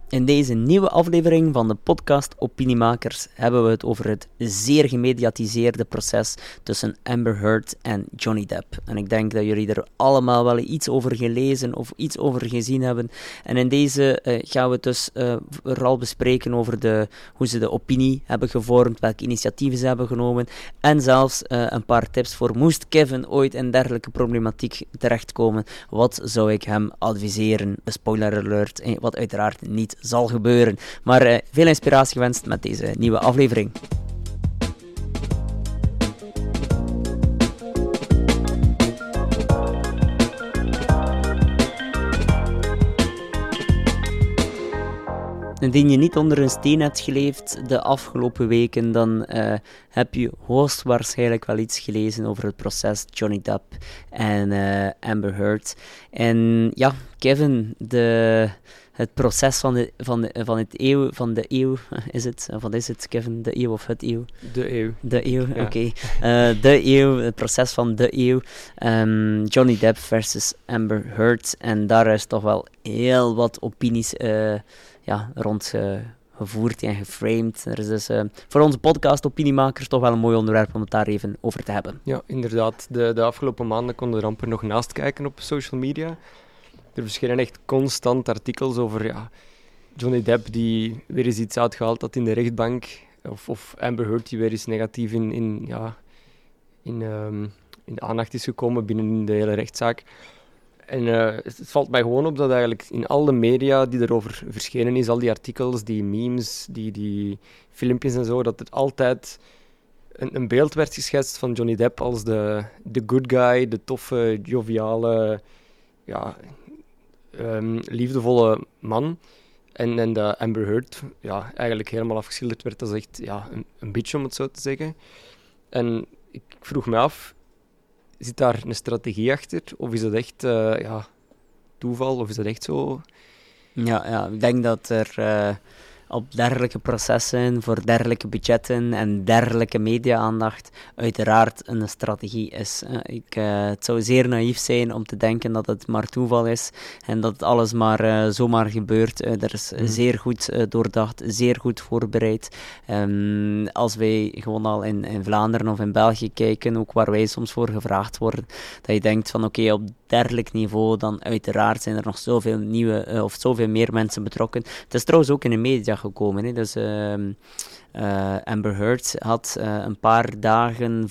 In deze nieuwe aflevering van de podcast Opiniemakers hebben we het over het zeer gemediatiseerde proces tussen Amber Heard en Johnny Depp. En ik denk dat jullie er allemaal wel iets over gelezen of iets over gezien hebben. En in deze gaan we het dus vooral bespreken over hoe ze de opinie hebben gevormd, welke initiatieven ze hebben genomen en zelfs een paar tips voor moest Kevin ooit in dergelijke problematiek terechtkomen. Wat zou ik hem adviseren? Spoiler alert, wat uiteraard niet zal gebeuren. Maar veel inspiratie gewenst met deze nieuwe aflevering. Indien je niet onder een steen hebt geleefd de afgelopen weken, dan heb je hoogstwaarschijnlijk wel iets gelezen over het proces Johnny Depp en Amber Heard. En ja, Kevin, het proces van de eeuw, is het? Wat is het, Kevin? De eeuw of het eeuw? De eeuw. De eeuw, ja. Oké. De eeuw, het proces van de eeuw. Johnny Depp versus Amber Heard. En daar is toch wel heel wat opinies rond gevoerd en geframed. Er is dus voor onze podcast Opiniemakers toch wel een mooi onderwerp om het daar even over te hebben. Ja, inderdaad. De afgelopen maanden konden we er amper nog naast kijken op social media. Er verschenen echt constant artikels over Johnny Depp die weer eens iets uitgehaald had in de rechtbank. Of Amber Heard die weer eens negatief in de aandacht is gekomen binnen de hele rechtszaak. En het valt mij gewoon op dat eigenlijk in al de media die erover verschenen is, al die artikels, die memes, die filmpjes en zo, dat het altijd een beeld werd geschetst van Johnny Depp als de good guy, de toffe, joviale, liefdevolle man. En dat Amber Heard eigenlijk helemaal afgeschilderd werd als echt een bitch, om het zo te zeggen. En ik vroeg me af, zit daar een strategie achter? Of is dat echt toeval? Of is dat echt zo? Ja, ik denk dat er op dergelijke processen, voor dergelijke budgetten en dergelijke media-aandacht uiteraard een strategie is. Het zou zeer naïef zijn om te denken dat het maar toeval is en dat alles maar zomaar gebeurt. Er is zeer goed doordacht, zeer goed voorbereid. Als wij gewoon al in Vlaanderen of in België kijken, ook waar wij soms voor gevraagd worden, dat je denkt van oké, op dergelijk niveau, dan uiteraard zijn er nog zoveel nieuwe of zoveel meer mensen betrokken. Het is trouwens ook in de media gekomen. Hè? Dus Amber Heard had een paar dagen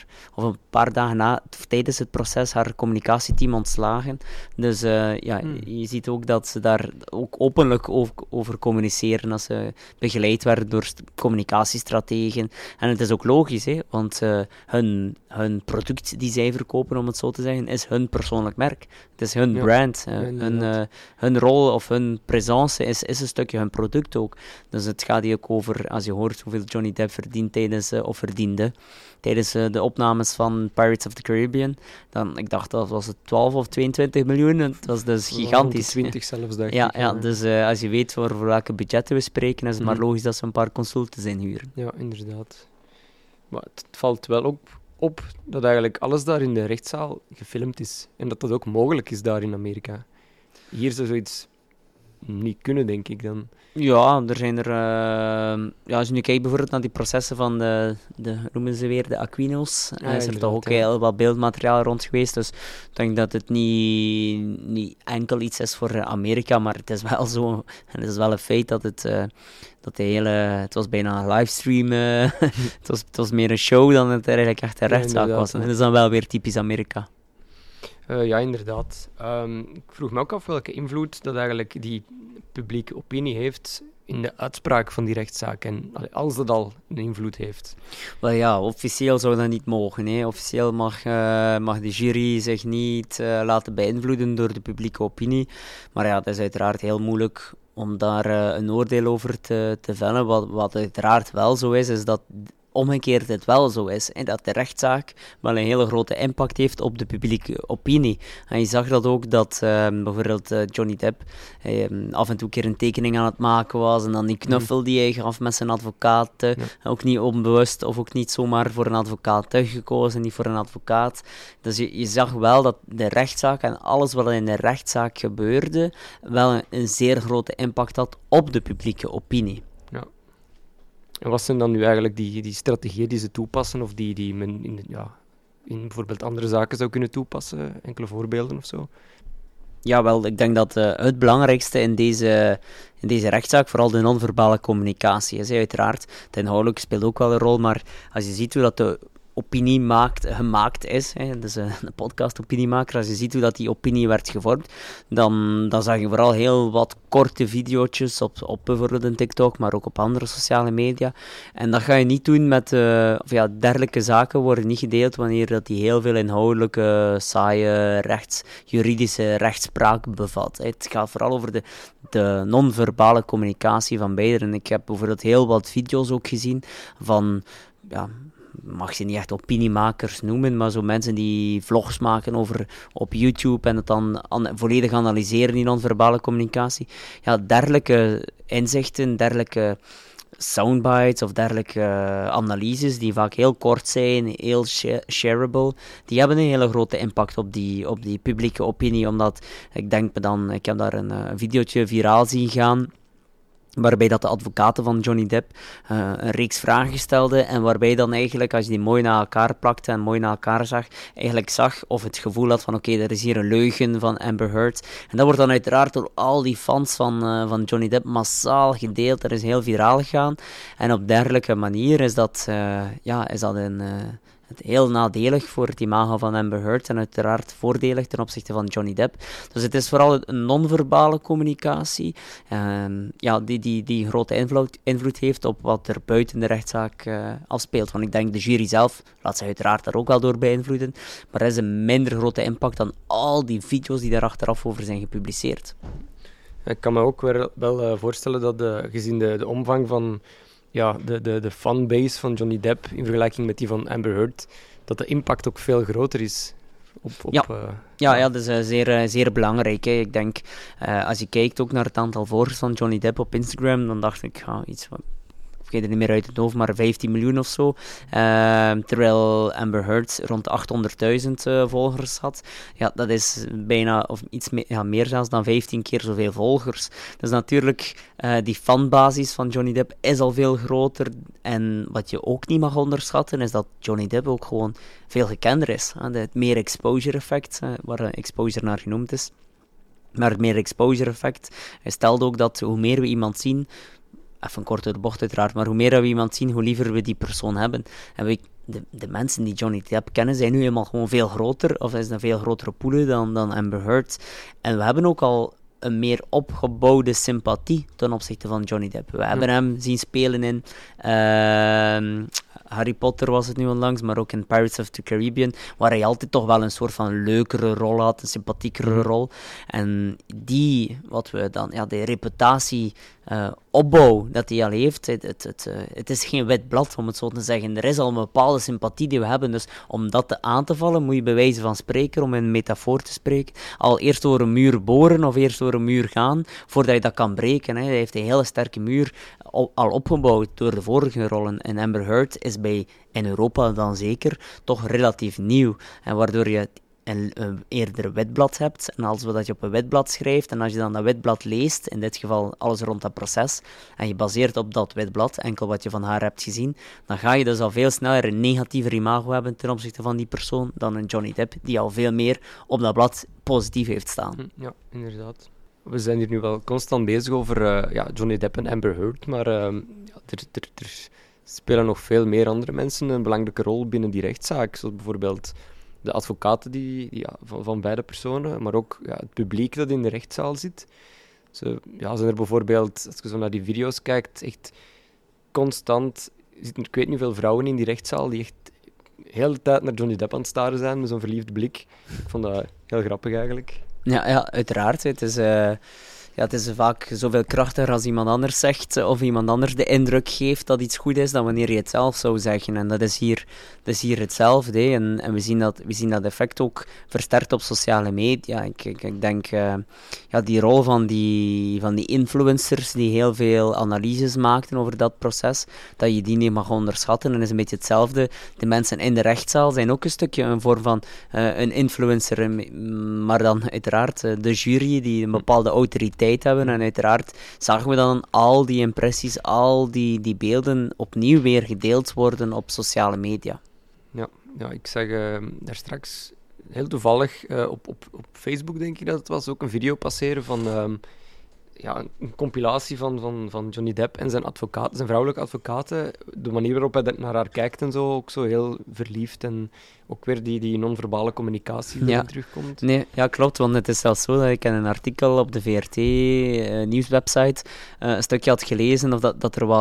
tijdens het proces haar communicatieteam ontslagen. Dus je ziet ook dat ze daar ook openlijk over communiceren als ze begeleid werden door communicatiestrategen. En het is ook logisch, hè? Want hun product die zij verkopen, om het zo te zeggen, is hun persoonlijk merk. Het is hun brand. Hun rol of hun presence is een stukje hun product ook. Dus het gaat hier ook over, als je hoort hoeveel Johnny Depp verdiende tijdens de opnames van Pirates of the Caribbean, dan, ik dacht dat was het 12 of 22 miljoen. Het was dus gigantisch. 20 zelfs, dacht ik. Dus als je weet voor welke budgetten we spreken, is het maar logisch dat ze een paar consultants inhuren. Ja, inderdaad. Maar het valt wel op dat eigenlijk alles daar in de rechtszaal gefilmd is. En dat dat ook mogelijk is daar in Amerika. Hier zou zoiets niet kunnen, denk ik dan. Ja, er zijn er... als je nu kijkt bijvoorbeeld naar die processen van noemen ze weer, de Aquinos, is er toch ook heel wat beeldmateriaal rond geweest. Dus ik denk dat het niet enkel iets is voor Amerika, maar het is wel zo. En het is wel een feit dat het was bijna een livestream. Het was meer een show dan het eigenlijk echt een rechtszaak was. En dat is dan wel weer typisch Amerika. Ja, inderdaad. Ik vroeg me ook af welke invloed dat eigenlijk die publieke opinie heeft in de uitspraak van die rechtszaak. En als dat al een invloed heeft. Wel ja, officieel zou dat niet mogen. Hè. Officieel mag de jury zich niet laten beïnvloeden door de publieke opinie. Maar ja, het is uiteraard heel moeilijk om daar een oordeel over te vellen. Wat uiteraard wel zo is dat omgekeerd het wel zo is. En dat de rechtszaak wel een hele grote impact heeft op de publieke opinie. En je zag dat ook, dat bijvoorbeeld Johnny Depp af en toe een keer een tekening aan het maken was en dan die knuffel die hij gaf met zijn advocaat, ook niet onbewust of ook niet zomaar voor een advocaat gekozen, niet voor een advocaat. Dus je zag wel dat de rechtszaak en alles wat in de rechtszaak gebeurde, wel een zeer grote impact had op de publieke opinie. Ja. En wat zijn dan nu eigenlijk die strategieën die ze toepassen, of die men in bijvoorbeeld andere zaken zou kunnen toepassen? Enkele voorbeelden of zo? Ja, wel, ik denk dat het belangrijkste in deze rechtszaak vooral de non-verbale communicatie is. Uiteraard, het inhoudelijk speelt ook wel een rol, maar als je ziet hoe dat de opinie gemaakt is, dus een podcast opiniemaker, als je ziet hoe dat die opinie werd gevormd, dan zag je vooral heel wat korte video's op bijvoorbeeld een TikTok, maar ook op andere sociale media. En dat ga je niet doen met, dergelijke zaken worden niet gedeeld wanneer dat die heel veel inhoudelijke, saaie, juridische rechtspraak bevat. Het gaat vooral over de non-verbale communicatie van beiden. Ik heb bijvoorbeeld heel wat video's ook gezien van, mag ze niet echt opiniemakers noemen, maar zo mensen die vlogs maken op YouTube en het dan volledig analyseren, die non-verbale communicatie. Ja, dergelijke inzichten, dergelijke soundbites of dergelijke analyses die vaak heel kort zijn, heel shareable, die hebben een hele grote impact op die publieke opinie, omdat ik heb daar een videootje viraal zien gaan, waarbij dat de advocaten van Johnny Depp een reeks vragen stelden en waarbij dan eigenlijk, als je die mooi naar elkaar plakte en mooi naar elkaar zag, eigenlijk zag of het gevoel had van oké, er is hier een leugen van Amber Heard. En dat wordt dan uiteraard door al die fans van Johnny Depp massaal gedeeld. Dat is heel viraal gegaan. En op dergelijke manier is dat heel nadelig voor het imago van Amber Heard en uiteraard voordelig ten opzichte van Johnny Depp. Dus het is vooral een non-verbale communicatie die grote invloed heeft op wat er buiten de rechtszaak afspeelt. Want ik denk de jury zelf laat zich uiteraard daar ook wel door beïnvloeden, maar er is een minder grote impact dan al die video's die daar achteraf over zijn gepubliceerd. Ik kan me ook wel voorstellen dat gezien de omvang van de fanbase van Johnny Depp in vergelijking met die van Amber Heard, dat de impact ook veel groter is. Dat is zeer, zeer belangrijk. Hè. Ik denk, als je kijkt ook naar het aantal volgers van Johnny Depp op Instagram, dan dacht ik, iets van, ik weet het niet meer uit het hoofd, maar 15 miljoen of zo. Terwijl Amber Heard rond 800.000 volgers had. Ja, dat is bijna, of iets meer zelfs dan 15 keer zoveel volgers. Dus natuurlijk, die fanbasis van Johnny Depp is al veel groter. En wat je ook niet mag onderschatten, is dat Johnny Depp ook gewoon veel gekender is. Het meer exposure effect, waar exposure naar genoemd is. Maar het meer exposure effect stelt ook dat hoe meer we iemand zien, even kort door de bocht uiteraard, maar hoe meer we iemand zien, hoe liever we die persoon hebben. En de mensen die Johnny Depp kennen, zijn nu helemaal gewoon veel groter, of is een veel grotere pool dan Amber Heard. En we hebben ook al een meer opgebouwde sympathie ten opzichte van Johnny Depp. We hebben hem zien spelen in Harry Potter was het nu onlangs, maar ook in Pirates of the Caribbean, waar hij altijd toch wel een soort van leukere rol had, een sympathiekere rol. En de reputatie opbouw dat hij al heeft, het is geen wit blad, om het zo te zeggen. Er is al een bepaalde sympathie die we hebben, dus om dat aan te vallen, moet je bij wijze van spreken, om in een metafoor te spreken, al eerst door een muur boren of eerst door een muur gaan, voordat je dat kan breken. Hij heeft een hele sterke muur al opgebouwd door de vorige rollen. En Amber Heard is in Europa dan zeker toch relatief nieuw. En waardoor je een eerder witblad hebt. En als dat je op een witblad schrijft, en als je dan dat witblad leest, in dit geval alles rond dat proces, en je baseert op dat witblad enkel wat je van haar hebt gezien, dan ga je dus al veel sneller een negatiever imago hebben ten opzichte van die persoon dan een Johnny Depp, die al veel meer op dat blad positief heeft staan. Ja, inderdaad. We zijn hier nu wel constant bezig over Johnny Depp en Amber Heard, maar er spelen nog veel meer andere mensen een belangrijke rol binnen die rechtszaak, zoals bijvoorbeeld de advocaten van beide personen, maar ook het publiek dat in de rechtszaal zit. Zijn er bijvoorbeeld, als je zo naar die video's kijkt, echt constant zitten, ik weet niet hoeveel vrouwen in die rechtszaal die echt de hele tijd naar Johnny Depp aan het staren zijn met zo'n verliefde blik. Ik vond dat heel grappig eigenlijk. Ja, uiteraard. Het is Ja, het is vaak zoveel krachtiger als iemand anders zegt, of iemand anders de indruk geeft dat iets goed is, dan wanneer je het zelf zou zeggen. En dat is hier hetzelfde. Hè. En we zien dat effect ook versterkt op sociale media. Ik denk, die rol van die influencers die heel veel analyses maakten over dat proces, dat je die niet mag onderschatten. En dat is een beetje hetzelfde. De mensen in de rechtszaal zijn ook een stukje een vorm van een influencer, maar dan uiteraard de jury die een bepaalde autoriteit hebben. En uiteraard zagen we dan al die impressies, al die beelden opnieuw weer gedeeld worden op sociale media. Ja, ik zag daar straks heel toevallig op Facebook, denk ik dat het was, ook een video passeren van een compilatie van Johnny Depp en zijn vrouwelijke advocaten. De manier waarop hij naar haar kijkt en zo, ook zo heel verliefd. En ook weer die non-verbale communicatie die terugkomt. Nee, ja, klopt, want het is zelfs zo dat ik in een artikel op de VRT nieuwswebsite een stukje had gelezen of dat er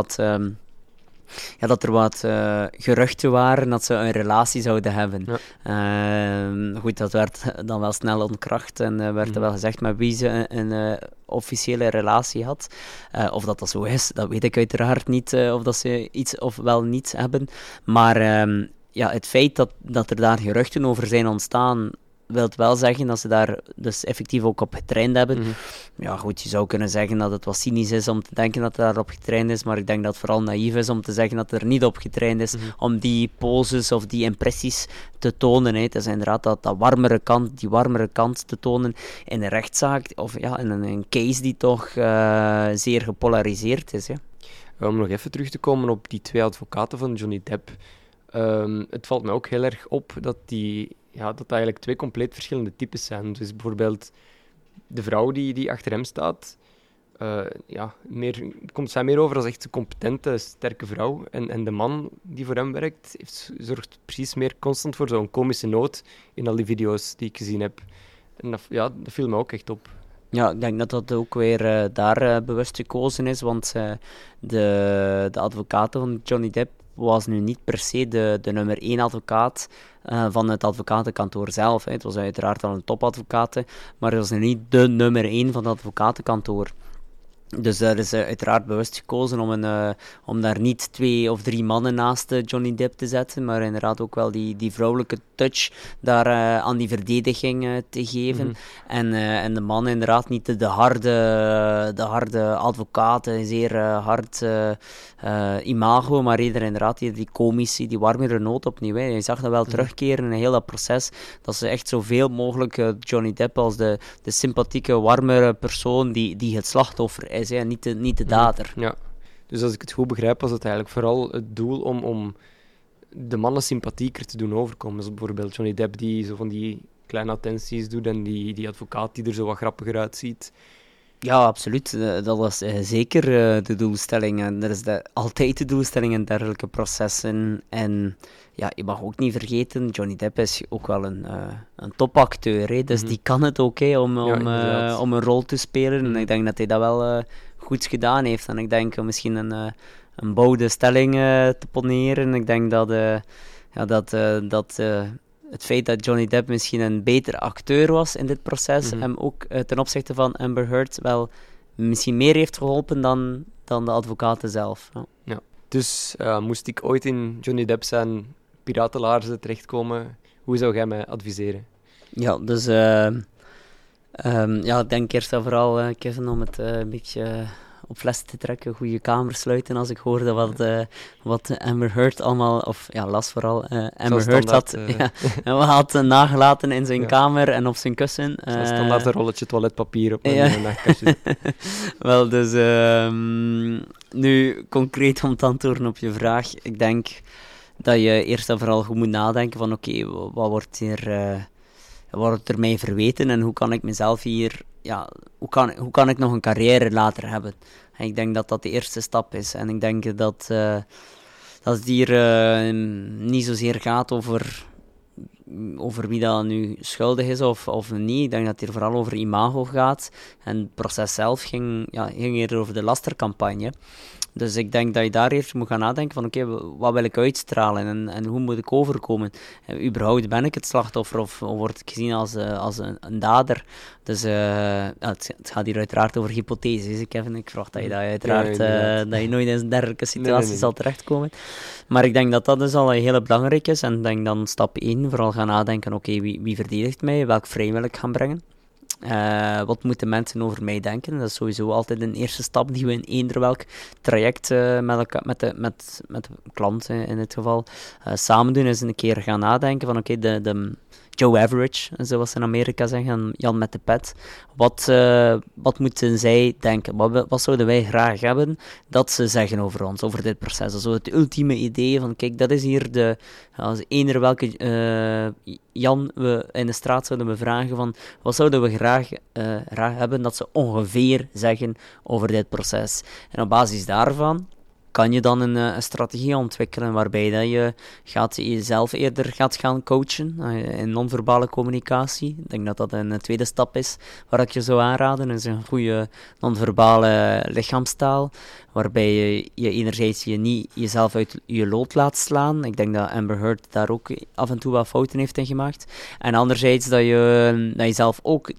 wat geruchten waren dat ze een relatie zouden hebben. Ja. Goed, dat werd dan wel snel ontkracht en werd er wel gezegd met wie ze een officiële relatie had. Of dat zo is, dat weet ik uiteraard niet, of dat ze iets of wel niet hebben. Maar het feit dat er daar geruchten over zijn ontstaan, wil wel zeggen dat ze daar dus effectief ook op getraind hebben. Mm-hmm. Ja goed, je zou kunnen zeggen dat het wat cynisch is om te denken dat het daarop getraind is, maar ik denk dat het vooral naïef is om te zeggen dat het er niet op getraind is, om die poses of die impressies te tonen. Het is inderdaad die warmere kant te tonen in een rechtszaak, of in een case die toch zeer gepolariseerd is. Ja. Om nog even terug te komen op die 2 advocaten van Johnny Depp. Het valt mij ook heel erg op dat dat eigenlijk 2 compleet verschillende types zijn. Dus bijvoorbeeld de vrouw die achter hem staat, komt zij meer over als echt een competente, sterke vrouw. En de man die voor hem werkt, zorgt precies meer constant voor zo'n komische noot in al die video's die ik gezien heb. En dat viel me ook echt op. Ja, ik denk dat dat ook weer daar bewust gekozen is, want de advocaten van Johnny Depp was nu niet per se de nummer 1 advocaat van het advocatenkantoor zelf. Het was uiteraard wel een topadvocaat, maar het was nu niet de nummer 1 van het advocatenkantoor. Dus daar is uiteraard bewust gekozen om daar niet 2 of 3 mannen naast Johnny Depp te zetten, maar inderdaad ook wel die vrouwelijke touch daar aan die verdediging te geven. Mm-hmm. En de man inderdaad niet de harde advocaat, zeer hard imago, maar eerder inderdaad die komische, die warmere noot opnieuw. Je zag dat wel terugkeren in heel dat proces, dat ze echt zoveel mogelijk Johnny Depp als de sympathieke, warmere persoon die het slachtoffer is, niet de dader. Ja, dus als ik het goed begrijp, was het eigenlijk vooral het doel om de mannen sympathieker te doen overkomen. Zoals bijvoorbeeld Johnny Depp die zo van die kleine attenties doet en die advocaat die er zo wat grappiger uitziet. Ja, absoluut. Dat was zeker de doelstelling. En dat is altijd de doelstelling in dergelijke processen. En je mag ook niet vergeten, Johnny Depp is ook wel een topacteur. Hè? Dus die kan het ook om een rol te spelen. En ik denk dat hij dat wel goed gedaan heeft. En ik denk misschien een bouwde stelling te poneren. Ik denk dat het feit dat Johnny Depp misschien een betere acteur was in dit proces, hem ook ten opzichte van Amber Heard wel misschien meer heeft geholpen dan de advocaten zelf. Ja. Dus moest ik ooit in Johnny Depp zijn piratenlaarzen terechtkomen, hoe zou jij mij adviseren? Ja, dus ik denk eerst en vooral, Kevin, om het een beetje op fles te trekken, goede kamer sluiten als ik hoorde wat Amber Heard allemaal, of las vooral, Amber Heard had nagelaten in zijn kamer en op zijn kussen. Standaard een rolletje toiletpapier op een nachtkastje. Wel, dus nu concreet om te antwoorden op je vraag, ik denk dat je eerst en vooral goed moet nadenken van oké, wat wordt er mij verweten en hoe kan ik mezelf hier, hoe kan ik nog een carrière later hebben? En ik denk dat dat de eerste stap is. En ik denk dat het hier niet zozeer gaat over over wie dat nu schuldig is of niet. Ik denk dat het hier vooral over imago gaat. En het proces zelf ging eerder over de lastercampagne. Dus ik denk dat je daar eerst moet gaan nadenken van oké, wat wil ik uitstralen en hoe moet ik overkomen? Überhaupt ben ik het slachtoffer of word ik gezien als een dader? Dus het gaat hier uiteraard over hypotheses, Kevin. Ik verwacht dat je dat uiteraard dat je nooit in een dergelijke situatie zal terechtkomen. Maar ik denk dat dat dus al een hele belangrijk is. En ik denk dan stap 1, vooral gaan nadenken, oké, wie verdedigt mij? Welk frame wil ik gaan brengen? Wat moeten mensen over mij denken? Dat is sowieso altijd een eerste stap die we in eender welk traject met de klant in dit geval samen doen. Is een keer gaan nadenken van oké, de Joe Average, zoals ze in Amerika zeggen, Jan met de pet. Wat moeten zij denken? Wat zouden wij graag hebben dat ze zeggen over ons, over dit proces? Dus het ultieme idee van, kijk, dat is hier als eender welke Jan we in de straat zouden bevragen van, wat zouden we graag hebben dat ze ongeveer zeggen over dit proces? En op basis daarvan kan je dan een strategie ontwikkelen waarbij dat je jezelf eerder gaat gaan coachen in non-verbale communicatie. Ik denk dat dat een tweede stap is waar ik je zou aanraden. Is een goede non-verbale lichaamstaal, waarbij je enerzijds niet jezelf uit je lood laat slaan. Ik denk dat Amber Heard daar ook af en toe wat fouten heeft in gemaakt. En anderzijds dat je zelf ook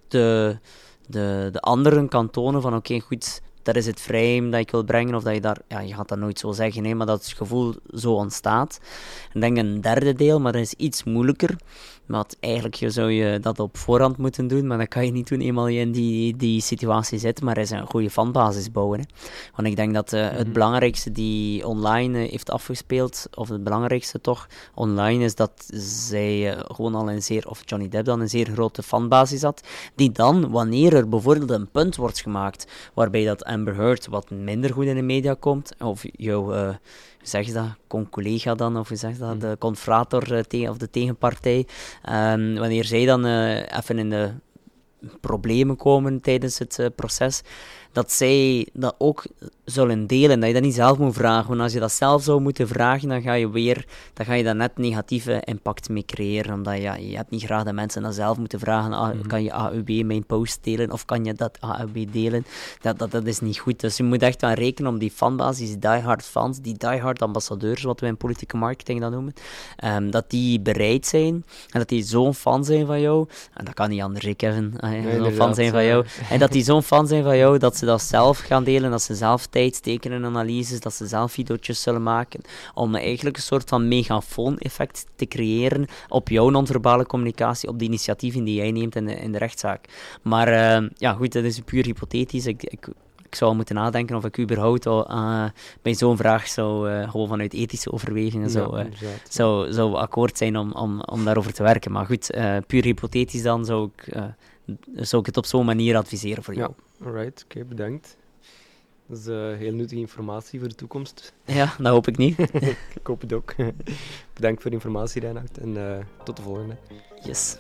de anderen kan tonen van oké, goed, dat is het frame dat ik wil brengen, of dat je daar, je gaat dat nooit zo zeggen, maar dat het gevoel zo ontstaat. Ik denk een derde deel, maar dat is iets moeilijker. Want eigenlijk zou je dat op voorhand moeten doen, maar dat kan je niet doen eenmaal je in die situatie zit, maar is een goede fanbasis bouwen. Hè. Want ik denk dat het belangrijkste die online heeft afgespeeld, of het belangrijkste toch online, is dat zij gewoon al of Johnny Depp dan een zeer grote fanbasis had, die dan, wanneer er bijvoorbeeld een punt wordt gemaakt, waarbij dat Amber Heard wat minder goed in de media komt, of jouw zeg je dat, collega dan, of hoe zeg je dat, de confrater of de tegenpartij, wanneer zij dan even in de problemen komen tijdens het proces, dat zij dat ook zullen delen, dat je dat niet zelf moet vragen. Want als je dat zelf zou moeten vragen, dan ga je daar net negatieve impact mee creëren, omdat je hebt niet graag dat mensen dat zelf moeten vragen, kan je AUB mijn post delen, of kan je dat AUB delen? Dat is niet goed. Dus je moet echt wel rekenen om die fanbasis, die diehard fans, die diehard ambassadeurs, wat we in politieke marketing dan noemen, dat die bereid zijn, en dat die zo'n fan zijn van jou, en dat kan niet anders, Kevin, zo'n fan zijn van jou, en dat die zo'n fan zijn van jou, dat ze dat zelf gaan delen, dat ze zelf tijd steken in analyses, dat ze zelf video's zullen maken, om eigenlijk een soort van megafoon-effect te creëren op jouw non-verbale communicatie, op de initiatieven die jij neemt in de rechtszaak. Maar goed, dat is puur hypothetisch. Ik zou moeten nadenken of ik überhaupt bij zo'n vraag gewoon vanuit ethische overwegingen zou akkoord zijn om daarover te werken. Maar goed, puur hypothetisch dan zou ik het op zo'n manier adviseren voor jou. Ja, alright. Oké, bedankt. Dat is heel nuttige informatie voor de toekomst. Ja, dat hoop ik niet. Ik hoop het ook. Bedankt voor de informatie, Reinhard. En tot de volgende. Yes.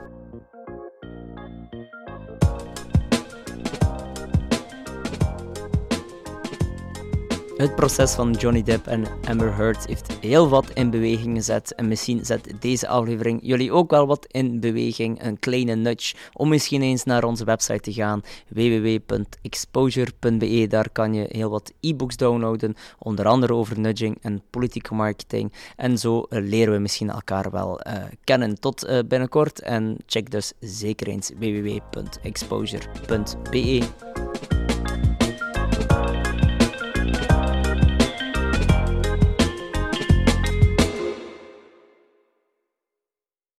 Het proces van Johnny Depp en Amber Heard heeft heel wat in beweging gezet. En misschien zet deze aflevering jullie ook wel wat in beweging. Een kleine nudge om misschien eens naar onze website te gaan. www.exposure.be. Daar kan je heel wat e-books downloaden. Onder andere over nudging en politieke marketing. En zo leren we misschien elkaar wel kennen. Tot binnenkort. En check dus zeker eens www.exposure.be.